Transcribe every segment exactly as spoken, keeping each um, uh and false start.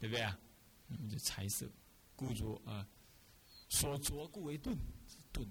对不对啊？那么就财色，故着啊，所着故为钝，钝。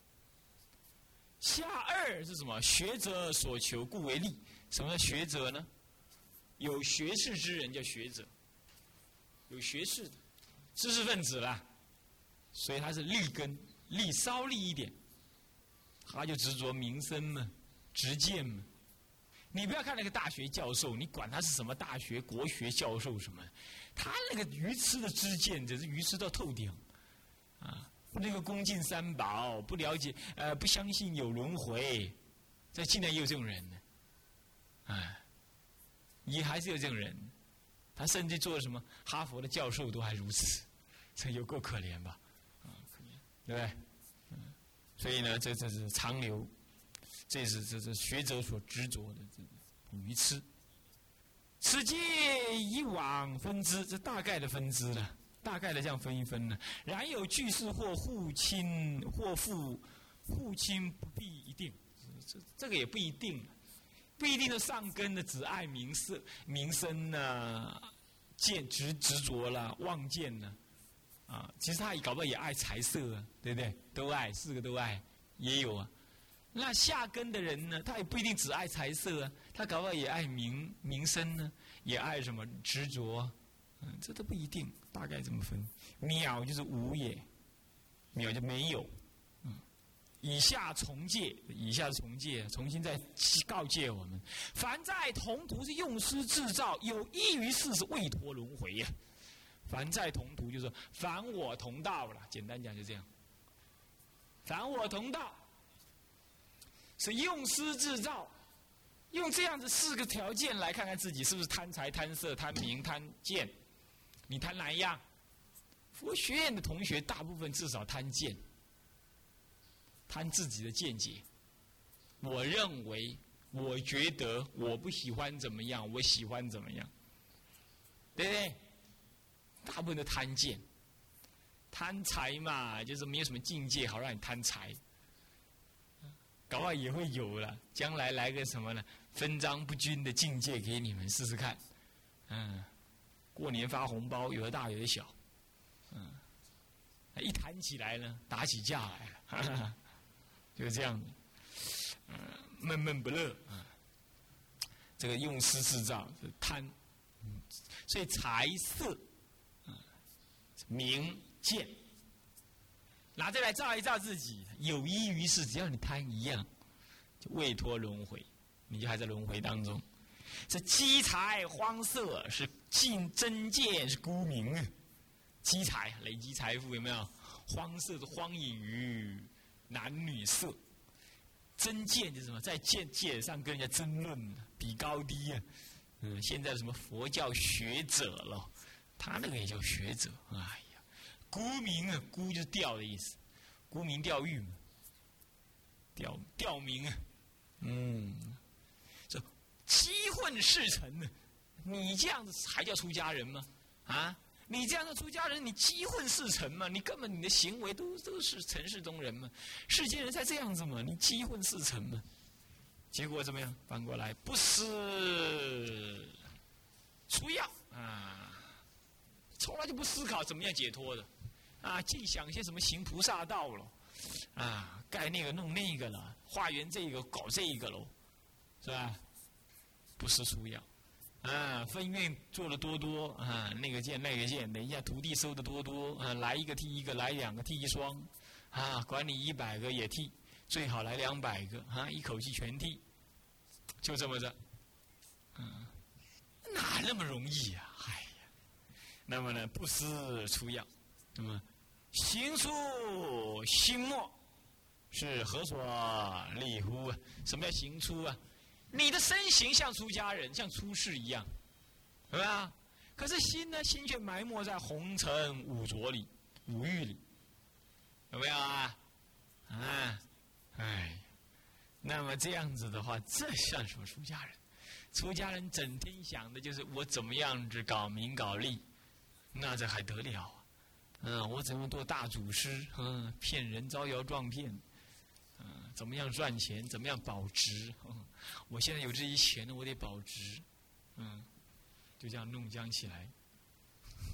下二是什么？学者所求故为利。什么叫学者呢？有学识之人叫学者，有学识的知识分子啦，所以他是利根，利稍利一点，他就执着名声嘛，执见嘛。你不要看那个大学教授，你管他是什么大学、国学教授什么，他那个愚痴的知见，只是愚痴到透顶啊！那个恭敬三宝，不了解，呃，不相信有轮回，这竟然也有这种人呢，哎，也还是有这种人，他甚至做了什么哈佛的教授都还如此，这有够可怜吧？啊，可怜，对不对？嗯，所以呢，这这是长流，这是这是学者所执着的这个愚痴。此界以往分支，这大概的分支了。大概的这样分一分呢，然有俱是或互亲或父互亲不必一定，这这个也不一定，不一定的上根的只爱名色名声呢，见执执着啦，妄见呢，啊，其实他搞不好也爱财色啊，对不对？都爱，四个都爱，也有啊。那下根的人呢，他也不一定只爱财色啊，他搞不好也爱名名声呢，也爱什么执着啊。嗯，这都不一定，大概这么分。渺就是无也，渺就没有。嗯，以下重戒，以下重戒，重新再告诫我们：凡在同途是用师制造，有益于事是未脱轮回呀。凡在同途就是说，凡我同道了，简单讲就这样。凡我同道是用师制造。用这样子四个条件来看看自己是不是贪财、贪色、贪名、贪见。你贪哪一样？佛学院的同学大部分至少贪见，贪自己的见解。我认为，我觉得，我不喜欢怎么样，我喜欢怎么样，对不对？大部分都贪见，贪财嘛，就是没有什么境界好让你贪财。搞不好也会有了，将来来个什么呢？分赃不均的境界给你们试试看。嗯，过年发红包，有的大有的小。嗯，一谈起来呢，打起架来了，哈哈，就是这样的。嗯，闷闷不乐啊。这个用师制造是贪，嗯，所以财色，啊，名见。拿这来照一照自己，有益于事，只要你贪一样，就未脱轮回，你就还在轮回当中。这积财荒色是尽真见，是孤名啊。积财累积财富有没有？荒色是荒隐于男女色。真见就是什么？在见界上跟人家争论，比高低啊。嗯，现在什么佛教学者了，他那个也叫学者，哎。沽名啊，沽就是钓的意思，沽名钓誉嘛，钓钓名啊，嗯，这积混世尘呢，你这样子还叫出家人吗？啊，你这样的出家人，你积混世尘嘛，你根本你的行为都都是尘世中人嘛，世间人才这样子嘛，你积混世尘嘛，结果怎么样？反过来不思出药啊，从来就不思考怎么样解脱的。啊，净想些什么行菩萨道了，啊，盖那个弄那个了，化缘这个搞这个喽，是吧？不是出药，啊，分院做的多多啊，那个见那个见，等一下徒弟收的多多啊，来一个替一个，来两个替一双，啊，管你一百个也替，最好来两百个啊，一口气全替，就这么着，嗯，哪那么容易呀、啊？哎呀，那么呢，不思出药，那么。行出心末，是何所立乎？什么叫行出啊？你的身形像出家人，像出世一样，对吧？可是心呢？心却埋没在红尘五浊里、五欲里，有没有啊？啊，哎，那么这样子的话，这算什么出家人？出家人整天想的就是我怎么样子搞名搞利，那这还得了啊？嗯，我怎么做大祖师？嗯，骗人招摇撞骗，嗯，怎么样赚钱？怎么样保值？嗯，我现在有这些钱呢，我得保值，嗯，就这样弄僵起来。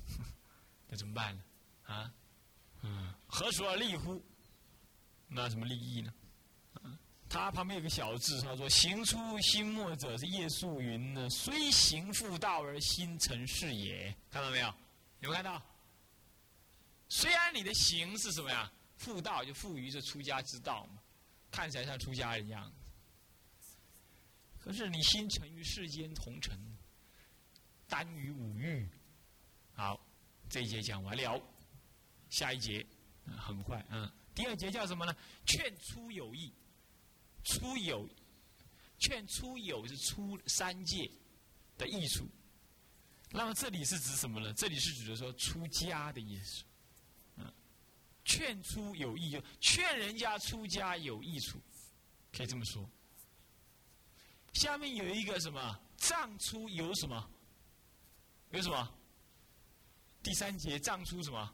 那怎么办呢？啊，嗯，何所而利乎？那什么利益呢？啊，他旁边有个小字，他说：“行出心末者是叶素云呢，虽行复道而心成是也。”看到没有？有没有看到？虽然你的行是什么呀？复道就富于这出家之道嘛，看起来像出家人样子。可是你心沉于世间红尘，耽于五欲。好，这一节讲完了，下一节、嗯、很快。嗯，第二节叫什么呢？劝出有益。出有，劝出有是出三界的益处。那么这里是指什么呢？这里是指的说出家的意思。嗯，劝出有益，就劝人家出家有益处，可以这么说。下面有一个什么藏出有什么？有什么？第三节藏出什么？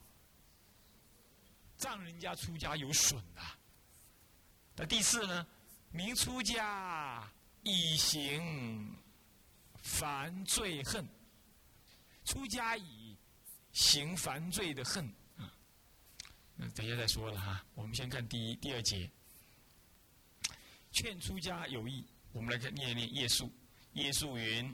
藏人家出家有损啊。那第四呢？明出家以行犯罪恨，出家以行犯罪的恨啊。那等一下再说了哈。我们先看第一、第二节，劝出家有益。我们来看念一念叶素，叶素云，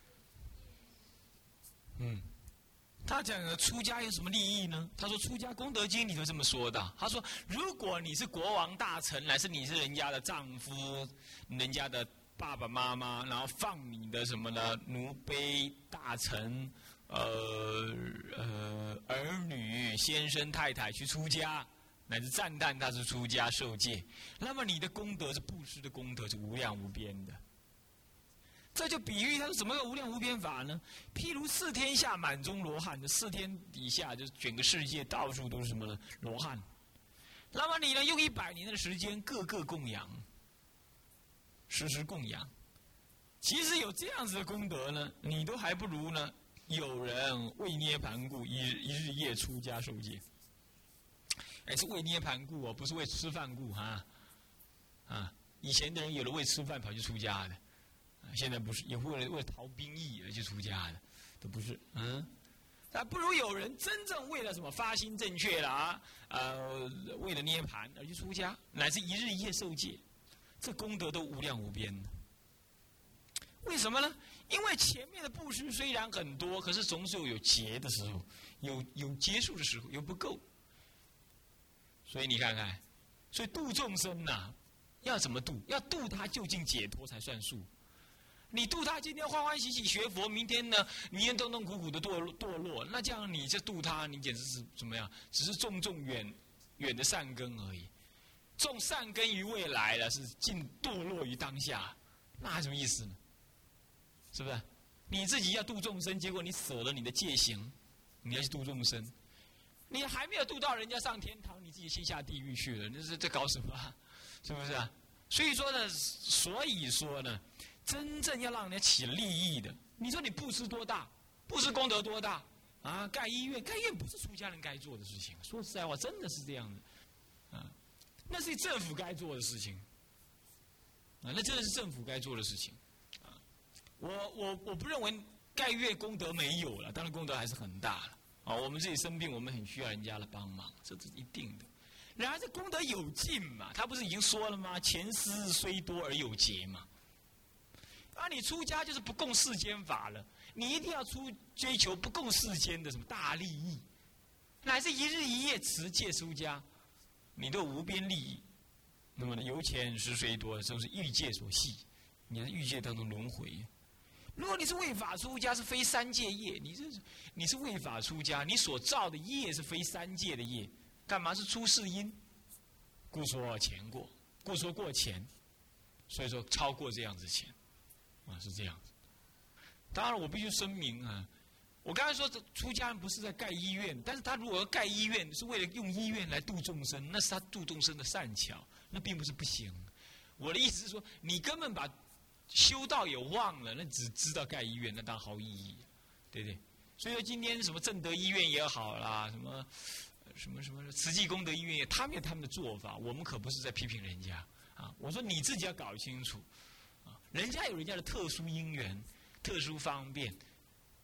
嗯，他讲的出家有什么利益呢？他说出家功德经里头这么说的。他说，如果你是国王大臣，乃是你是人家的丈夫，人家的爸爸妈妈，然后放你的什么呢？奴婢、大臣、呃呃儿女、先生、太太去出家。乃至赞叹他是出家受戒，那么你的功德是布施的功德，是无量无边的。这就比喻他是怎么个无量无边法呢？譬如四天下满中罗汉，这四天底下就是整个世界到处都是什么呢？罗汉。那么你呢，用一百年的时间，个个供养，时时供养。其实有这样子的功德呢，你都还不如呢，有人为涅盘故，一一日夜出家受戒。哎，是为涅盘故哦，不是为吃饭故哈。啊，以前的人有的为吃饭跑去出家的，啊、现在不是，也为了为了逃兵役而去出家的，都不是。嗯，那不如有人真正为了什么发心正确了啊，呃，为了涅盘而去出家，乃至一日一夜受戒，这功德都无量无边的。为什么呢？因为前面的布施虽然很多，可是总是有结的时候，有有结束的时候，有不够。所以你看看，所以度众生呐、啊，要怎么度？要度他究竟解脱才算数。你度他今天欢欢喜喜学佛，明天呢，明天痛痛苦苦的堕落堕落，那这样你这度他，你简直是怎么样？只是种种远远的善根而已。种善根于未来了，是尽堕落于当下，那还什么意思呢？是不是？你自己要度众生，结果你舍了你的戒行，你要去度众生。你还没有度到人家上天堂，你自己先下地狱去了，那是在搞什么、啊？是不是啊？所以说呢，所以说呢，真正要让人家起利益的，你说你布施多大，布施功德多大啊？盖医院，盖医院不是出家人该做的事情。说实在话，真的是这样的，啊，那是政府该做的事情，啊，那真的是政府该做的事情，啊，我我我不认为盖医院功德没有了，当然功德还是很大了。啊，我们自己生病，我们很需要人家的帮忙，这是一定的。然而这功德有尽嘛？他不是已经说了吗？钱施虽多而有节嘛。啊，你出家就是不共世间法了，你一定要出追求不共世间的什么大利益，乃至一日一夜持戒出家，你都有无边利益。那么呢，由钱施虽多，都是欲界所系，你在欲界当中轮回。如果你是为法出家，是非三界业，你这是你是为法出家，你所造的业是非三界的业，干嘛是出世因？故说前过，故说过前，所以说超过这样子前，啊是这样子。当然我必须声明啊，我刚才说出家人不是在盖医院，但是他如果要盖医院，是为了用医院来度众生，那是他度众生的善巧，那并不是不行。我的意思是说，你根本把修道也忘了，那只知道盖医院，那当然毫无意义，对不对？所以说今天什么正德医院也好啦，什么什么什么慈济功德医院也，他们有他们的做法，我们可不是在批评人家啊。我说你自己要搞清楚啊，人家有人家的特殊因缘、特殊方便，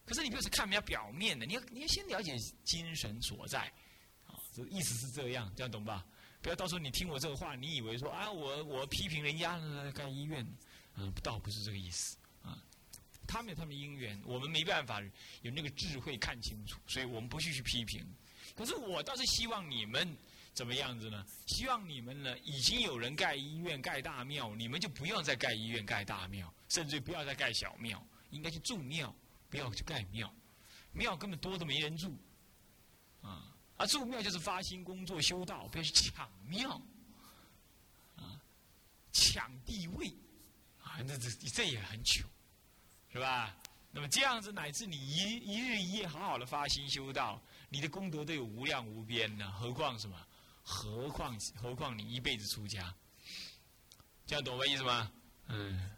可是你不要只看人家表面的，你要你要先了解精神所在，啊，这意思是这样，这样懂吧？不要到时候你听我这个话，你以为说啊，我我批评人家盖医院，嗯，倒不是这个意思啊。他们有他们的因缘，我们没办法有那个智慧看清楚，所以我们不去去批评。可是我倒是希望你们怎么样子呢？希望你们呢，已经有人盖医院、盖大庙，你们就不要再盖医院、盖大庙，甚至不要再盖小庙，应该去住庙，不要去盖庙。庙根本多都没人住，啊，啊住庙就是发心工作修道，不要去抢庙，啊，抢地位，啊，那这这也很糗。是吧？那么这样子，乃至你一一日一夜好好的发心修道，你的功德都有无量无边呢。何况什么？何况何况你一辈子出家，这样懂我意思吗？嗯，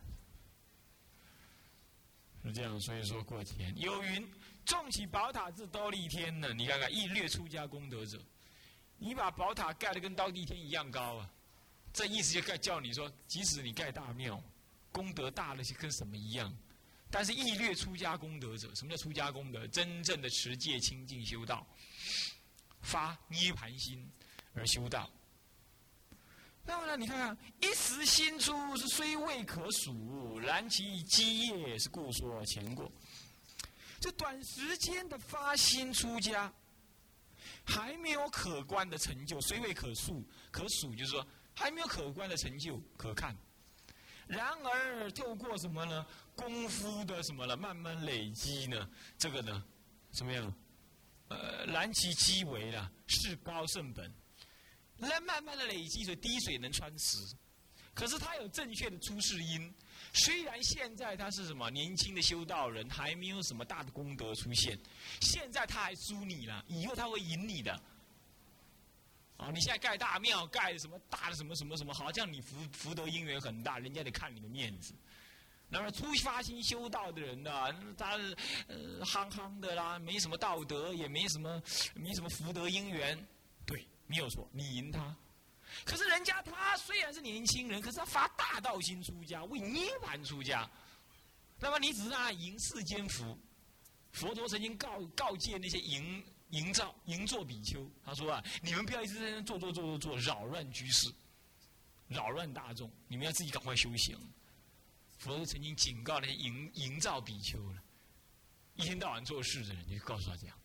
是这样。所以说过天有云：种起宝塔至忉利天呢。你看看，亦略出家功德者，你把宝塔盖得跟忉利天一样高啊！这意思就盖叫你说，即使你盖大庙，功德大了，就跟什么一样。但是亦略出家功德者，什么叫出家功德？真正的持戒清净修道，发涅盘心而修道。那么呢，你看看一时心出是虽未可数，然其基业是故说前过。这短时间的发心出家，还没有可观的成就，虽未可数，可数就是说还没有可观的成就可看。然而，透过什么呢？功夫的什么了？慢慢累积呢？这个呢，怎么样？呃，燃其基为了，是高圣本。那慢慢的累积，所以滴水能穿石。可是他有正确的出世因。虽然现在他是什么年轻的修道人，还没有什么大的功德出现，现在他还输你了，以后他会赢你的。啊！你现在盖大庙，盖什么大的什么什么什么，好像你福福德因缘很大，人家得看你的面子。那么初发心修道的人呢、啊，他呃憨憨的啦，没什么道德，也没什么没什么福德因缘，对，没有错，你赢他。可是人家他虽然是年轻人，可是他发大道心出家，为涅盘出家。那么你只是让他赢世间福。佛陀曾经告告诫那些赢。营造营作比丘，他说啊，你们不要一直在那做做做做做，扰乱居士，扰乱大众，你们要自己赶快修行。佛陀曾经警告那些营营造比丘了，一天到晚做事的人，就告诉他这样。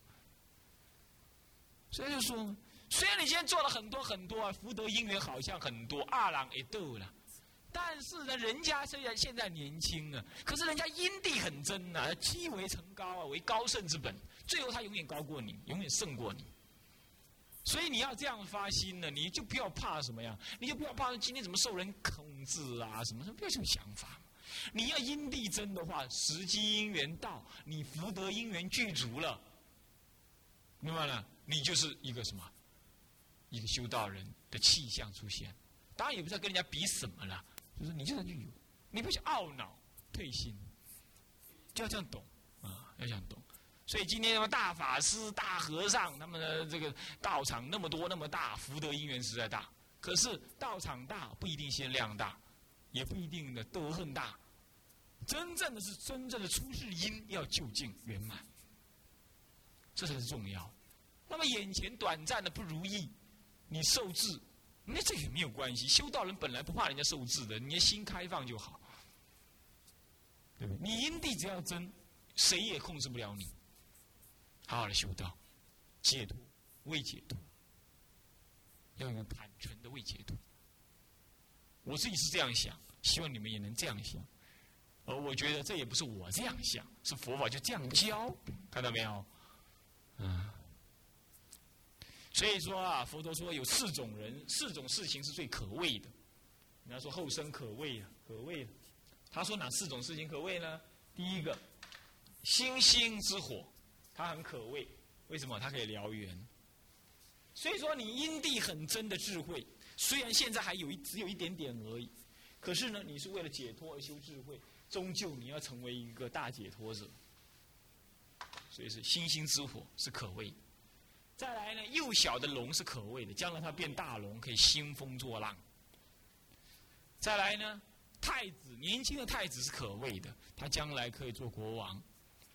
所以就说，虽然你今天做了很多很多啊，福德因缘好像很多，二郎也斗了，但是呢，人家虽然现在年轻啊，可是人家因地很真啊，积为成高啊，为高圣之本。最后他永远高过你，永远胜过你。所以你要这样发心呢，你就不要怕什么呀，你就不要怕今天怎么受人控制啊，什么什么，不要这种想法。你要因地真的话，时机因缘到，你福德因缘具足了，明白了？你就是一个什么？一个修道人的气象出现。当然也不是要跟人家比什么了，就是你就是有，你不去懊恼、退心，就要这样懂啊，要这样懂。所以今天什么大法师、大和尚，他们的这个道场那么多那么大，福德因缘实在大。可是道场大不一定先量大，也不一定的德恨大。真正的是真正的出世因要究竟圆满，这才是重要。那么眼前短暂的不如意，你受制，那这也没有关系。修道人本来不怕人家受制的，你的心开放就好，对不对？你因地只要真，谁也控制不了你。好好的修道，解脱，未解脱，要用坦诚的未解脱。我自己是这样想，希望你们也能这样想。而我觉得这也不是我这样想，是佛法就这样教，看到没有？嗯。所以说啊，佛陀说有四种人，四种事情是最可畏的。人家说后生可畏啊，可畏啊。他说哪四种事情可畏呢？第一个，星星之火。它很可畏，为什么？它可以燎原。所以说，你因地很真的智慧，虽然现在还有一只有一点点而已，可是呢，你是为了解脱而修智慧，终究你要成为一个大解脱者。所以是星星之火是可畏的。再来呢，幼小的龙是可畏的，将来它变大龙，可以兴风作浪。再来呢，太子年轻的太子是可畏的，他将来可以做国王。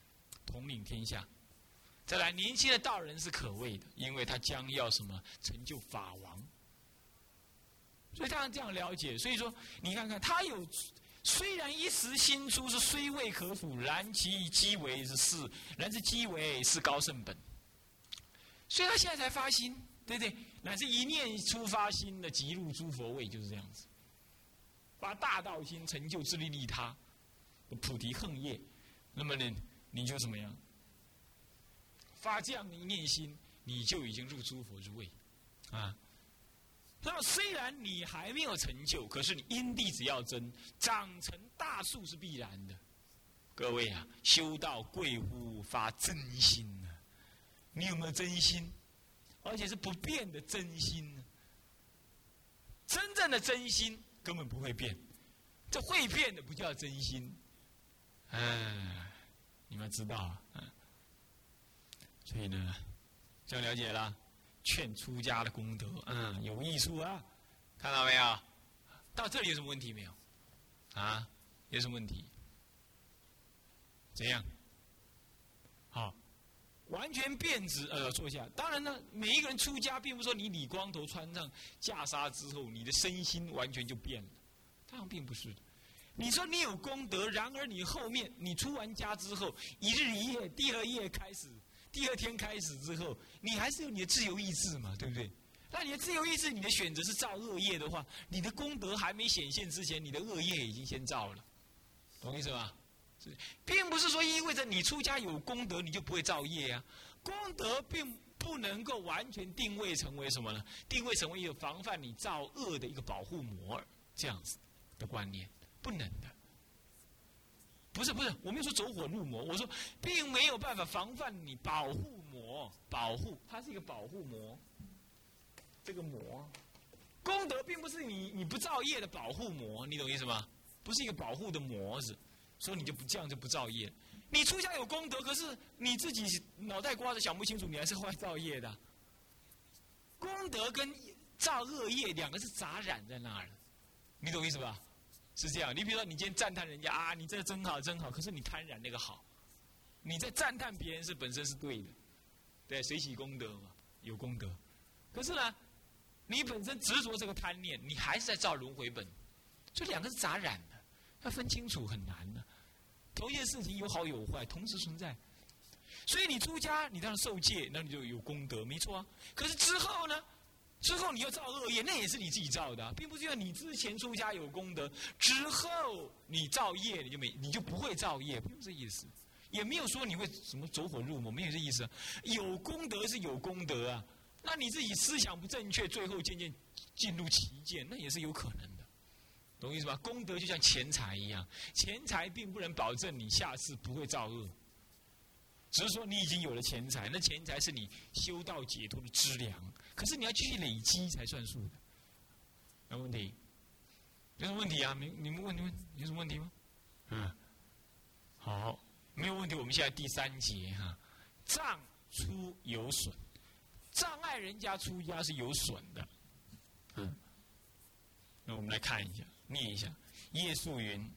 统领天下。再来，年轻的道人是可畏的，因为他将要什么成就法王。所以他这样了解，所以说你看看他有，虽然一时新出是虽未可数，然其机为是是，然之机为是高圣本。所以他现在才发心，对不对？乃至一念出发心的即入诸佛位，就是这样子。把大道心成就自利利他，菩提横业，那么呢，你就怎么样？发这样的一念心，你就已经入诸佛之位，啊。那么虽然你还没有成就，可是你因地只要真，长成大树是必然的。各位啊，修道贵乎发真心呢、啊？你有没有真心？而且是不变的真心呢？真正的真心根本不会变，这会变的不叫真心。嗯，你们知道啊？嗯。所以呢，这样了解了，劝出家的功德，嗯，有益处啊，看到没有？到这里有什么问题没有？啊，有什么问题？怎样？好，完全变质。呃，坐下。当然呢，每一个人出家，并不是说你理光头穿上袈裟之后，你的身心完全就变了，当然并不是的。你说你有功德，然而你后面你出完家之后，一日一夜，第二夜开始。第二天开始之后，你还是有你的自由意志嘛，对不对？那你的自由意志，你的选择是造恶业的话，你的功德还没显现之前，你的恶业已经先造了，懂意思吧？并不是说意味着你出家有功德，你就不会造业啊。功德并不能够完全定位成为什么呢？定位成为一个防范你造恶的一个保护膜，这样子的观念，不能的。不是不是，我没有说走火入魔，我说并没有办法防范你保护膜，保护它是一个保护膜，这个膜，功德并不是你你不造业的保护膜，你懂意思吗？不是一个保护的膜子，所以你就不这样就不造业。你出家有功德，可是你自己脑袋瓜子想不清楚，你还是会造业的。功德跟造恶业两个是杂染在那儿的，你懂意思吧？是这样，你比如说，你今天赞叹人家啊，你这个真好真好，可是你贪婪那个好，你在赞叹别人是本身是对的，对，随喜功德嘛，有功德。可是呢，你本身执着这个贪念，你还是在造轮回本，这两个是杂染的，要分清楚很难的。同一件事情有好有坏，同时存在。所以你出家，你当然受戒，那你就有功德，没错啊。可是之后呢？之后你又造恶业，那也是你自己造的、啊，并不是因为你之前出家有功德，之后你造业，你就没你就不会造业，不是这意思。也没有说你会什么走火入魔，没有这意思、啊。有功德是有功德啊，那你自己思想不正确，最后渐渐进入歧见，那也是有可能的，懂意思吧？功德就像钱财一样，钱财并不能保证你下次不会造恶，只是说你已经有了钱财，那钱财是你修道解脱的资粮。可是你要继续累积才算数的，有问题？有什么问题啊？你你们问你们有什么问题吗？嗯，好，没有问题。我们现在第三节哈，障出有损，障碍人家出家是有损的。嗯，那我们来看一下，念一下。叶素云，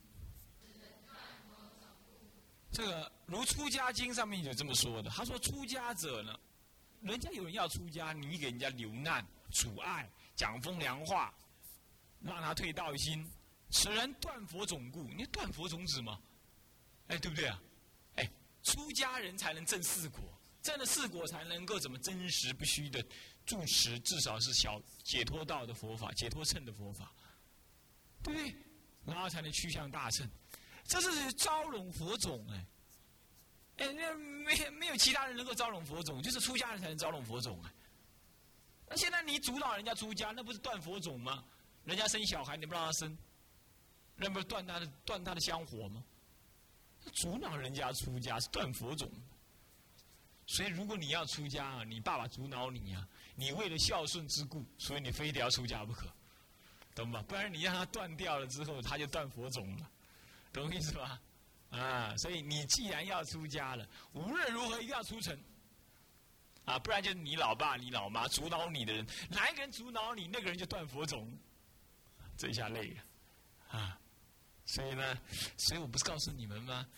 这个如出家经上面有这么说的，他说出家者呢。人家有人要出家，你给人家留难、阻碍、讲风凉话，让他退道心，此人断佛种故。你断佛种子吗？哎，对不对啊？哎，出家人才能证四果，证了四果才能够怎么真实不虚的住持，至少是小解脱道的佛法，解脱乘的佛法，对不对？然后才能趋向大乘，这是招拢佛种哎。哎，那没没有其他人能够招拢佛种，就是出家人才能招拢佛种啊。那现在你阻挠人家出家，那不是断佛种吗？人家生小孩，你不让他生，那不是断他的断他的香火吗？阻挠人家出家是断佛种。所以如果你要出家啊，你爸爸阻挠你啊，你为了孝顺之故，所以你非得要出家不可，懂吧？不然你让他断掉了之后，他就断佛种了，懂我意思吧？啊，所以你既然要出家了，无论如何一定要出城，啊，不然就是你老爸、你老妈阻挠你的人，哪一个人阻挠你，那个人就断佛种，这一下累了，啊，所以呢，所以我不是告诉你们吗？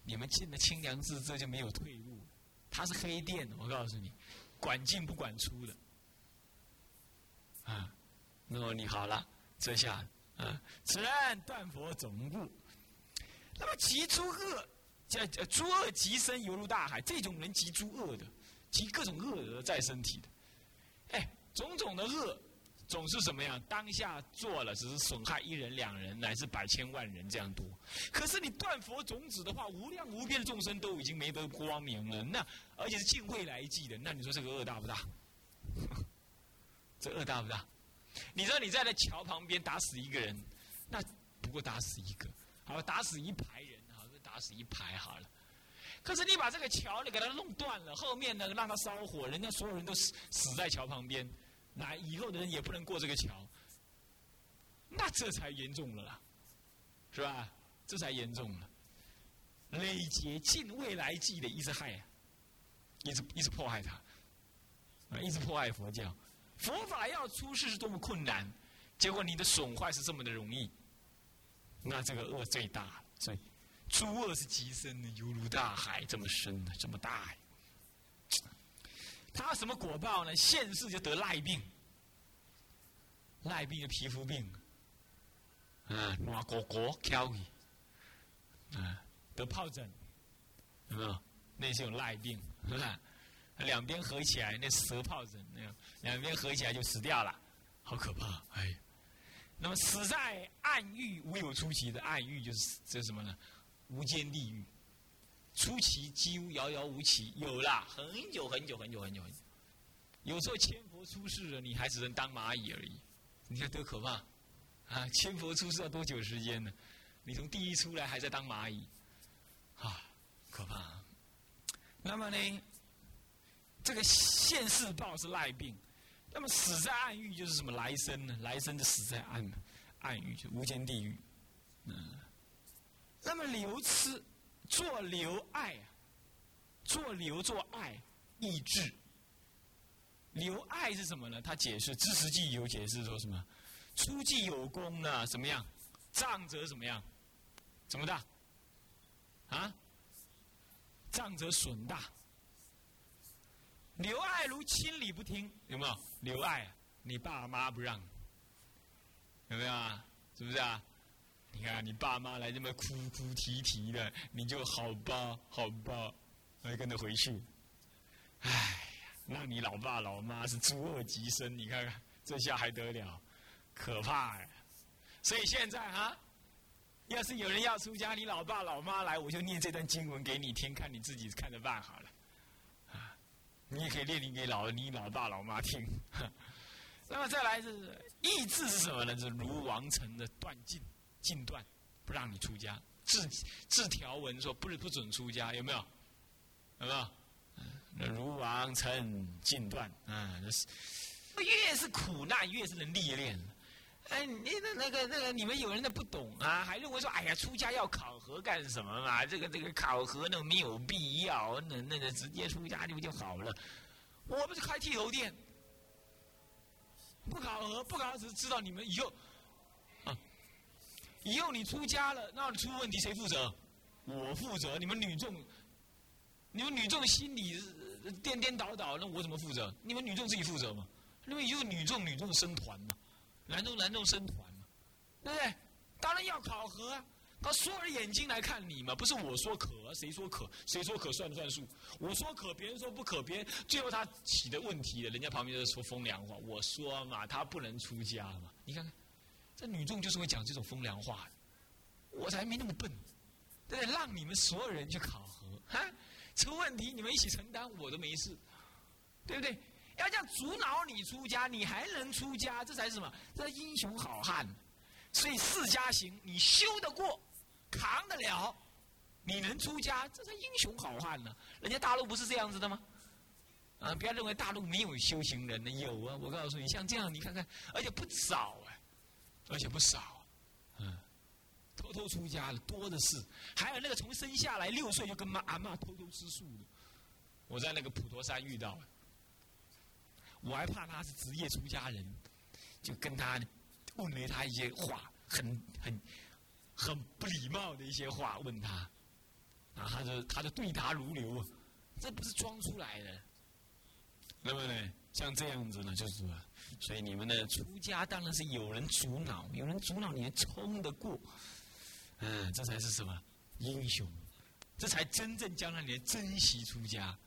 你们进了清凉寺，这就没有退路了。它是黑店，我告诉你，管进不管出的。啊，那么你好了，这下啊，此人断佛总部。那么集诸恶，叫诸恶极深，犹如大海。这种人集诸恶的，集各种恶德在身体的。哎，种种的恶，总是什么样？当下做了，只是损害一人、两人，乃至百千万人这样多。可是你断佛种子的话，无量无边的众生都已经没得光明了。那而且是尽未来际的，那你说这个恶大不大？这恶大不大？你知道你在那桥旁边打死一个人，那不过打死一个，好，打死一排人，好，打死一排好了。可是你把这个桥你给它弄断了，后面呢让它烧火，人家所有人都死死在桥旁边，那以后的人也不能过这个桥，那这才严重了啦，是吧？这才严重了，累劫尽未来际的一直害啊，一直一直迫害他，啊，一直迫害佛教。佛法要出世是多么困难，结果你的损坏是这么的容易，那这个恶最大，所以诸恶是极深的，犹如大海这么深的，这么大。他什么果报呢？现世就得赖病，赖病的皮肤病，啊，软果果翘起，啊，得疱疹，有没有？那是有赖病，是吧？两边合起来，那蛇疱疹那样，两边合起来就死掉了，好可怕！哎，那么死在暗狱，无有出期的暗狱就是这什么呢？无间地狱，出期几乎遥遥无期，有啦，很久很久很久很久很久。有时候千佛出世了，你还只能当蚂蚁而已。你看多可怕啊！千佛出世要多久时间呢？你从地狱出来还在当蚂蚁，啊，可怕啊！那么呢？这个现世报是赖病，那么死在暗狱就是什么来生呢？来生就死在暗暗狱，就无间地狱。嗯，那么流痴做流爱啊，做流做爱意志。流爱是什么呢？他解释知识记有解释说什么？初记有功呢，怎么样？障则怎么样？怎么大？啊？障则损大。留爱如亲理不听，有没有？留爱，你爸妈不让，有没有啊？是不是啊？你看你爸妈来这么哭哭啼啼的，你就好吧，好吧，来跟着回去。哎呀，那你老爸老妈是诸恶极深，你看看这下还得了，可怕呀！所以现在啊，要是有人要出家，你老爸老妈来，我就念这段经文给你听，看你自己看着办好了。你也可以念给老你老爸老妈听。那么再来是意志是什么呢？是如王城的断尽禁断，不让你出家。制制条文说不不准出家，有没有？有没有？那如王城禁断啊，那是越是苦难越是能历练。哎，你那那个那个，你们有人的不懂啊，还认为说，哎呀，出家要考核干什么嘛？这个这个考核那没有必要，那那个直接出家就就好了。我们是开剃头店，不考核，不考核只是知道你们以后，啊，以后你出家了，那你出问题谁负责？我负责。你们女众，你们女众心里颠颠倒倒，那我怎么负责？你们女众自己负责嘛？因为以后女众女众生团嘛。男众男众生团嘛，对不对？当然要考核啊，他所有的眼睛来看你嘛，不是我说可，谁说可，谁说可算不算数？我说可，别人说不可，别人最后他起的问题了，人家旁边就是说风凉话。我说嘛，他不能出家嘛，你看看，这女众就是会讲这种风凉话的，我才没那么笨，对不对？让你们所有人去考核，哈，出问题你们一起承担，我都没事，对不对？要这样阻挠你出家，你还能出家，这才是什么？这是英雄好汉。所以释迦行，你修得过，扛得了，你能出家，这是英雄好汉呢、啊。人家大陆不是这样子的吗？啊，不要认为大陆没有修行人呢，有啊。我告诉你，像这样，你看看，而且不少啊，而且不少、啊，嗯，偷偷出家的多的是。还有那个从生下来六岁就跟妈阿嬷偷偷吃素的，我在那个普陀山遇到。我还怕他是职业出家人，就跟他问了他一些话，很很很不礼貌的一些话问他， 啊，他的他的对答如流啊，这不是装出来的。那么呢，像这样子呢，就是，所以你们的出家当然是有人阻挠，有人阻挠你还冲得过，嗯，这才是什么英雄，这才真正将来你珍惜出家。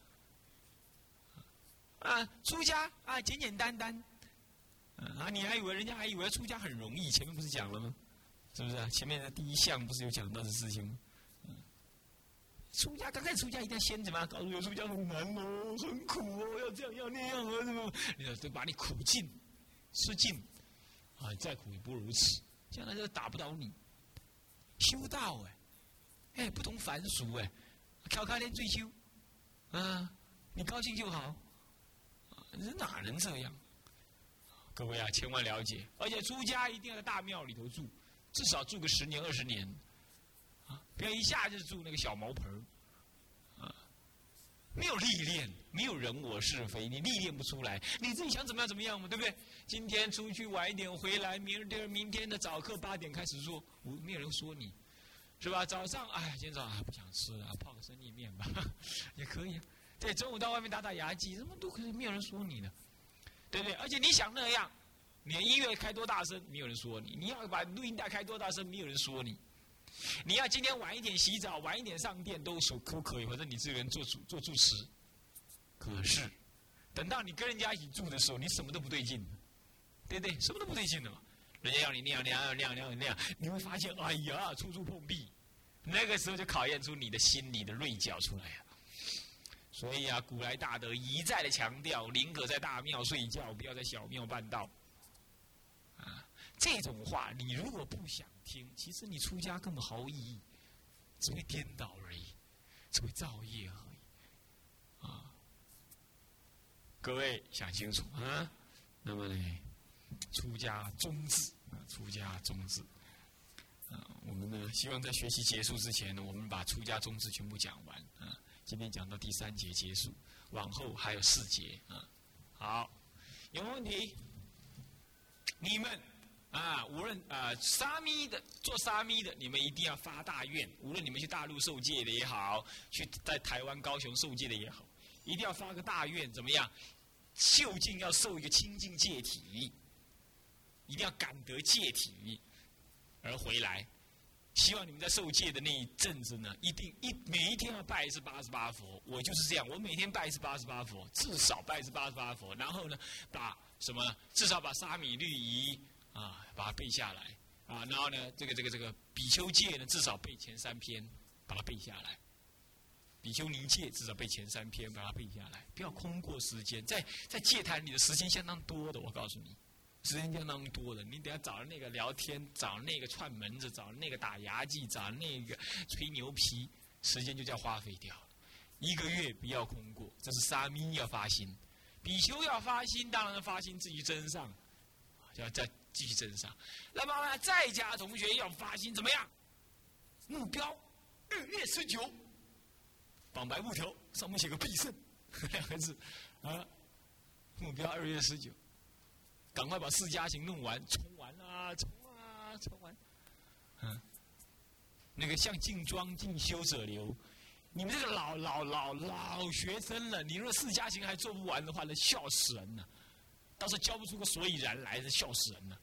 啊，出家啊，简简单单，啊，你还以为人家还以为出家很容易？前面不是讲了吗？是不是啊？前面的第一项不是有讲到的事情吗？嗯，出家刚开始出家一定要先怎么样？告诉我出家很难哦，很苦哦，要这样要那样啊，什么？你要就把你苦尽、吃尽，啊，再苦也不如此，将来就打不倒你。修道哎，哎，不同凡俗哎，考开天追修，啊，你高兴就好。人哪能这样？各位啊，千万了解！而且出家一定要在大庙里头住，至少住个十年二十年，啊，不要一下就住那个小茅棚啊，没有历练，没有人我是非，你历练不出来。你自己想怎么样怎么样嘛，对不对？今天出去晚一点回来，明天明天的早课八点开始做，我没有人说你，是吧？早上哎，今天早上啊不想吃了，泡个生意面吧，也可以啊。对，中午到外面打打牙祭，什么都可以，没有人说你的，对不对？而且你想那样，你的音乐开多大声，没有人说你；你要把录音带开多大声，没有人说你。你要今天晚一点洗澡，晚一点上殿，都说可不可以？反正你这个人做主做主持。可是，等到你跟人家一起住的时候，你什么都不对劲，对不对？什么都不对劲的嘛。人家要你那样那样那样那样那样，你会发现，哎呀，处处碰壁。那个时候就考验出你的心理的锐角出来了。所以啊，古来大德一再的强调，宁可在大庙睡觉，不要在小庙办道。啊，这种话你如果不想听，其实你出家根本毫无意义，只会颠倒而已，只会造业而已。啊，各位想清楚啊。那么呢，出家宗旨啊，出家宗旨啊，我们呢希望在学习结束之前呢，我们把出家宗旨全部讲完啊。今天讲到第三节结束，往后还有四节啊。好，有没有问题？你们啊，无论啊沙弥的做沙弥的，你们一定要发大愿。无论你们去大陆受戒的也好，去在台湾高雄受戒的也好，一定要发个大愿，怎么样？就近要受一个清净戒体，一定要感得戒体而回来。希望你们在受戒的那一阵子呢，一定一每一天要拜一次八十八佛。我就是这样，我每天拜一次八十八佛，至少拜一次八十八佛。然后呢，把什么至少把沙弥律仪啊，把它背下来啊。然后呢，这个这个这个比丘戒呢，至少背前三篇，把它背下来。比丘尼戒至少背前三篇，把它背下来。不要空过时间，在在戒坛里的时间相当多的，我告诉你。时间相当多的，你等下找那个聊天，找那个串门子，找那个打牙祭，找那个吹牛皮，时间就叫花费掉了。一个月不要空过，这是沙弥要发心，比丘要发心，当然发心自己真上，就要再继续真上。那么在家同学要发心怎么样？目标二月十九，绑白布条，上面写个必胜两个字啊，目标二月十九。赶快把四加行弄完，冲完啊，冲啊，冲完。嗯，那个像净庄净修者流，你们这个老老老老学生了，你若四加行还做不完的话，那笑死人了。到时候教不出个所以然来，是笑死人了。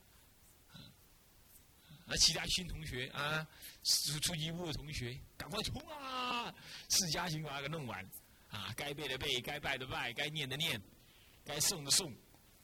那其他新同学啊，初初级部的同学，赶快冲啊！四加行把它给弄完啊，该背的背，该拜的拜，该念的念，该诵的诵。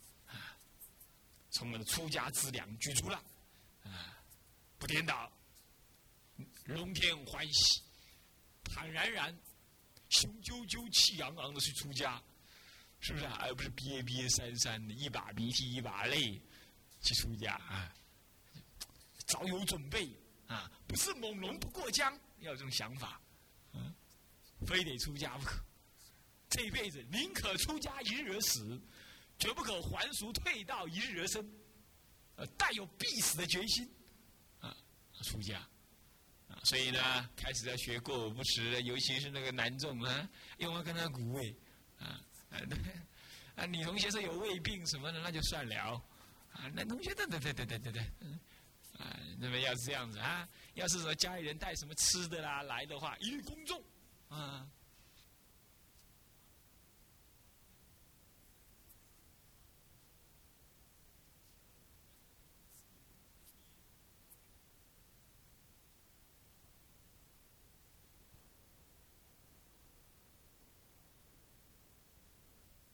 从我们的出家资粮举出了，啊，不颠倒，龙天欢喜，坦然然，雄赳赳气昂昂的去出家，是不是啊？而不是憋憋三三的，一把鼻涕一把泪去出家啊！早有准备啊，不是猛龙不过江，要有这种想法，嗯，非得出家不可。这一辈子宁可出家一日而死。绝不可还俗退道一日而生，呃，带有必死的决心，啊，出家，啊，所以呢，开始要学过午不食，尤其是那个男众啊，用要跟他鼓慰，啊，啊，啊，女同学说有胃病什么的，那就算了，啊，男同学对对对对对对对，嗯，啊，那么要是这样子啊，要是说家里人带什么吃的啦来的话，一律恭重，